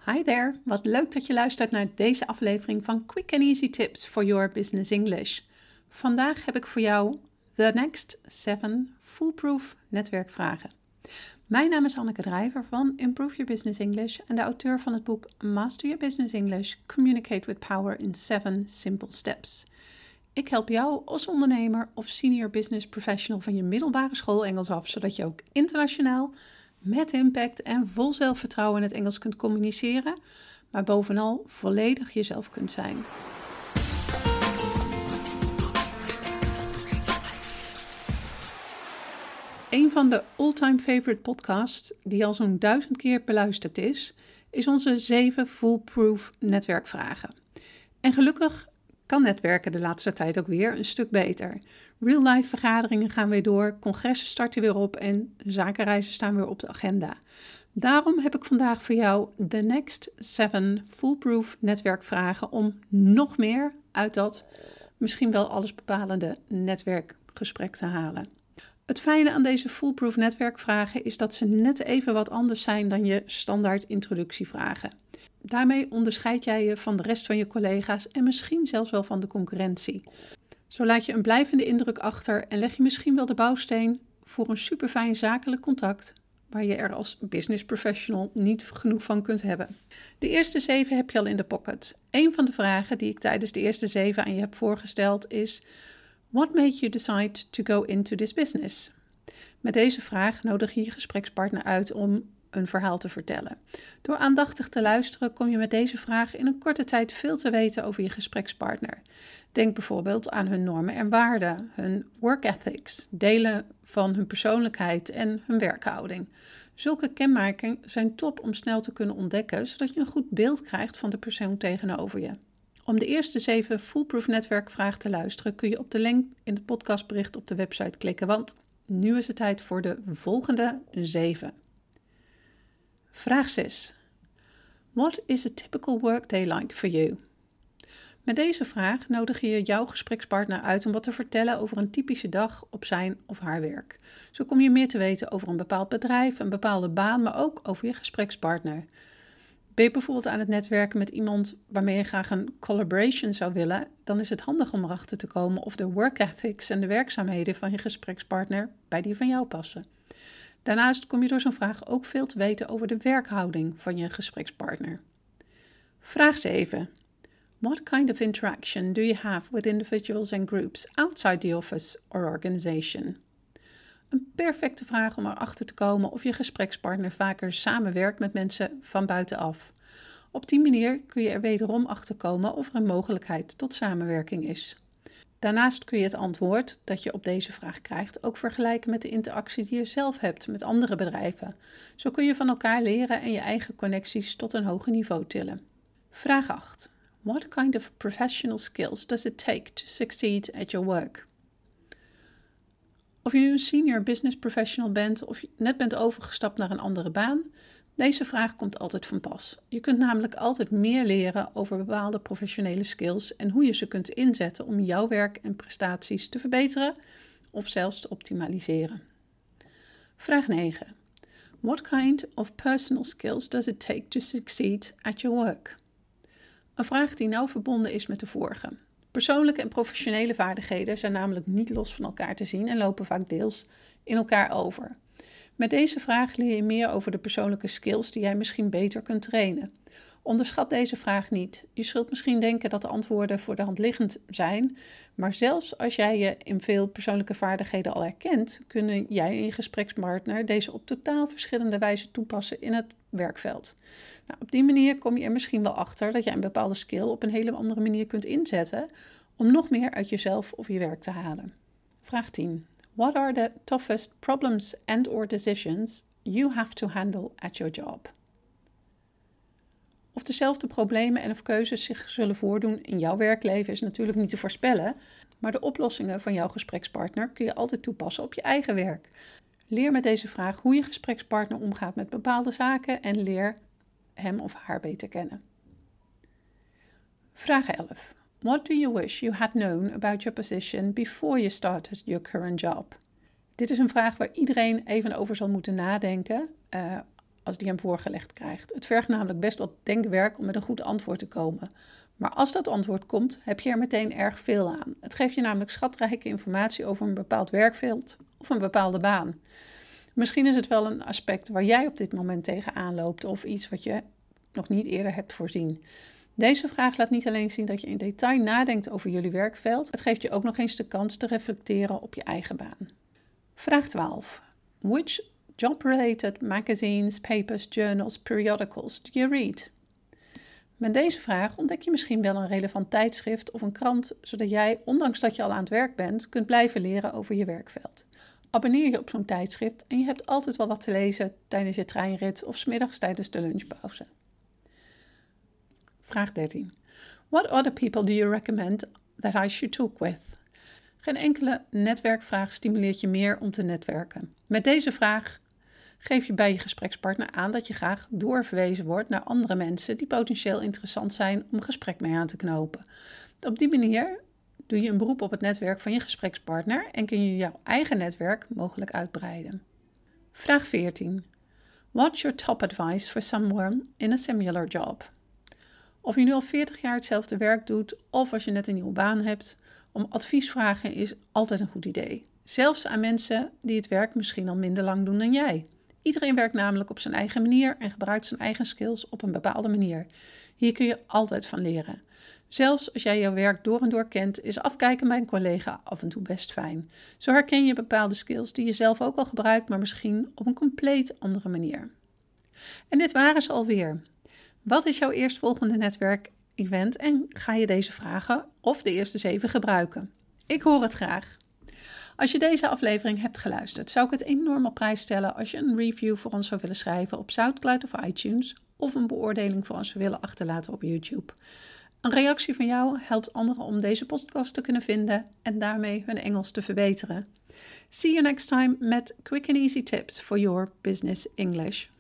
Hi there, wat leuk dat je luistert naar deze aflevering van Quick and Easy Tips for Your Business English. Vandaag heb ik voor jou The Next 7 Foolproof netwerkvragen. Mijn naam is Anneke Drijver van Improve Your Business English en de auteur van het boek Master Your Business English, Communicate with Power in 7 Simple Steps. Ik help jou als ondernemer of senior business professional van je middelbare school Engels af, zodat je ook internationaal met impact en vol zelfvertrouwen in het Engels kunt communiceren, maar bovenal volledig jezelf kunt zijn. Een van de all-time favorite podcasts die al zo'n 1000 keer beluisterd is onze 7 foolproof netwerkvragen. En gelukkig kan netwerken de laatste tijd ook weer een stuk beter. Real-life vergaderingen gaan weer door, congressen starten weer op en zakenreizen staan weer op de agenda. Daarom heb ik vandaag voor jou The Next 7 Foolproof netwerkvragen om nog meer uit dat misschien wel allesbepalende netwerkgesprek te halen. Het fijne aan deze foolproof netwerkvragen is dat ze net even wat anders zijn dan je standaard introductievragen. Daarmee onderscheid jij je van de rest van je collega's en misschien zelfs wel van de concurrentie. Zo laat je een blijvende indruk achter en leg je misschien wel de bouwsteen voor een superfijn zakelijk contact waar je er als business professional niet genoeg van kunt hebben. De eerste 7 heb je al in de pocket. Een van de vragen die ik tijdens de eerste 7 aan je heb voorgesteld is: What made you decide to go into this business? Met deze vraag nodig je je gesprekspartner uit om een verhaal te vertellen. Door aandachtig te luisteren kom je met deze vraag in een korte tijd veel te weten over je gesprekspartner. Denk bijvoorbeeld aan hun normen en waarden, hun work ethics, delen van hun persoonlijkheid en hun werkhouding. Zulke kenmerken zijn top om snel te kunnen ontdekken, zodat je een goed beeld krijgt van de persoon tegenover je. Om de eerste 7 foolproof netwerkvragen te luisteren kun je op de link in het podcastbericht op de website klikken, want nu is het tijd voor de volgende 7. Vraag 6. What is a typical workday like for you? Met deze vraag nodig je jouw gesprekspartner uit om wat te vertellen over een typische dag op zijn of haar werk. Zo kom je meer te weten over een bepaald bedrijf, een bepaalde baan, maar ook over je gesprekspartner. Ben je bijvoorbeeld aan het netwerken met iemand waarmee je graag een collaboration zou willen, dan is het handig om erachter te komen of de work ethics en de werkzaamheden van je gesprekspartner bij die van jou passen. Daarnaast kom je door zo'n vraag ook veel te weten over de werkhouding van je gesprekspartner. Vraag 7. What kind of interaction do you have with individuals and groups outside the office or organization? Een perfecte vraag om erachter te komen of je gesprekspartner vaker samenwerkt met mensen van buitenaf. Op die manier kun je er wederom achter komen of er een mogelijkheid tot samenwerking is. Daarnaast kun je het antwoord dat je op deze vraag krijgt ook vergelijken met de interactie die je zelf hebt met andere bedrijven. Zo kun je van elkaar leren en je eigen connecties tot een hoger niveau tillen. Vraag 8. What kind of professional skills does it take to succeed at your work? Of je nu een senior business professional bent of je net bent overgestapt naar een andere baan, deze vraag komt altijd van pas. Je kunt namelijk altijd meer leren over bepaalde professionele skills en hoe je ze kunt inzetten om jouw werk en prestaties te verbeteren of zelfs te optimaliseren. Vraag 9. What kind of personal skills does it take to succeed at your work? Een vraag die nauw verbonden is met de vorige. Persoonlijke en professionele vaardigheden zijn namelijk niet los van elkaar te zien en lopen vaak deels in elkaar over. Met deze vraag leer je meer over de persoonlijke skills die jij misschien beter kunt trainen. Onderschat deze vraag niet. Je zult misschien denken dat de antwoorden voor de hand liggend zijn, maar zelfs als jij je in veel persoonlijke vaardigheden al herkent, kunnen jij en je gesprekspartner deze op totaal verschillende wijze toepassen in het werkveld. Nou, op die manier kom je er misschien wel achter dat jij een bepaalde skill op een hele andere manier kunt inzetten om nog meer uit jezelf of je werk te halen. Vraag 10. What are the toughest problems and/or decisions you have to handle at your job? Of dezelfde problemen en of keuzes zich zullen voordoen in jouw werkleven is natuurlijk niet te voorspellen, maar de oplossingen van jouw gesprekspartner kun je altijd toepassen op je eigen werk. Leer met deze vraag hoe je gesprekspartner omgaat met bepaalde zaken en leer hem of haar beter kennen. Vraag 11. What do you wish you had known about your position before you started your current job? Dit is een vraag waar iedereen even over zal moeten nadenken als die hem voorgelegd krijgt. Het vergt namelijk best wat denkwerk om met een goed antwoord te komen. Maar als dat antwoord komt, heb je er meteen erg veel aan. Het geeft je namelijk schatrijke informatie over een bepaald werkveld of een bepaalde baan. Misschien is het wel een aspect waar jij op dit moment tegenaan loopt of iets wat je nog niet eerder hebt voorzien. Deze vraag laat niet alleen zien dat je in detail nadenkt over jullie werkveld, het geeft je ook nog eens de kans te reflecteren op je eigen baan. Vraag 12. Which job-related magazines, papers, journals, periodicals do you read? Met deze vraag ontdek je misschien wel een relevant tijdschrift of een krant, zodat jij, ondanks dat je al aan het werk bent, kunt blijven leren over je werkveld. Abonneer je op zo'n tijdschrift en je hebt altijd wel wat te lezen tijdens je treinrit of 's middags tijdens de lunchpauze. Vraag 13. What other people do you recommend that I should talk with? Geen enkele netwerkvraag stimuleert je meer om te netwerken. Met deze vraag geef je bij je gesprekspartner aan dat je graag doorverwezen wordt naar andere mensen die potentieel interessant zijn om een gesprek mee aan te knopen. Op die manier doe je een beroep op het netwerk van je gesprekspartner en kun je jouw eigen netwerk mogelijk uitbreiden. Vraag 14. What's your top advice for someone in a similar job? Of je nu al 40 jaar hetzelfde werk doet of als je net een nieuwe baan hebt, om advies vragen is altijd een goed idee. Zelfs aan mensen die het werk misschien al minder lang doen dan jij. Iedereen werkt namelijk op zijn eigen manier en gebruikt zijn eigen skills op een bepaalde manier. Hier kun je altijd van leren. Zelfs als jij jouw werk door en door kent, is afkijken bij een collega af en toe best fijn. Zo herken je bepaalde skills die je zelf ook al gebruikt, maar misschien op een compleet andere manier. En dit waren ze alweer. Wat is jouw eerstvolgende netwerkevent en ga je deze vragen of de eerste 7 gebruiken? Ik hoor het graag. Als je deze aflevering hebt geluisterd, zou ik het enorm op prijs stellen als je een review voor ons zou willen schrijven op SoundCloud of iTunes of een beoordeling voor ons zou willen achterlaten op YouTube. Een reactie van jou helpt anderen om deze podcast te kunnen vinden en daarmee hun Engels te verbeteren. See you next time met quick and easy tips for your business English.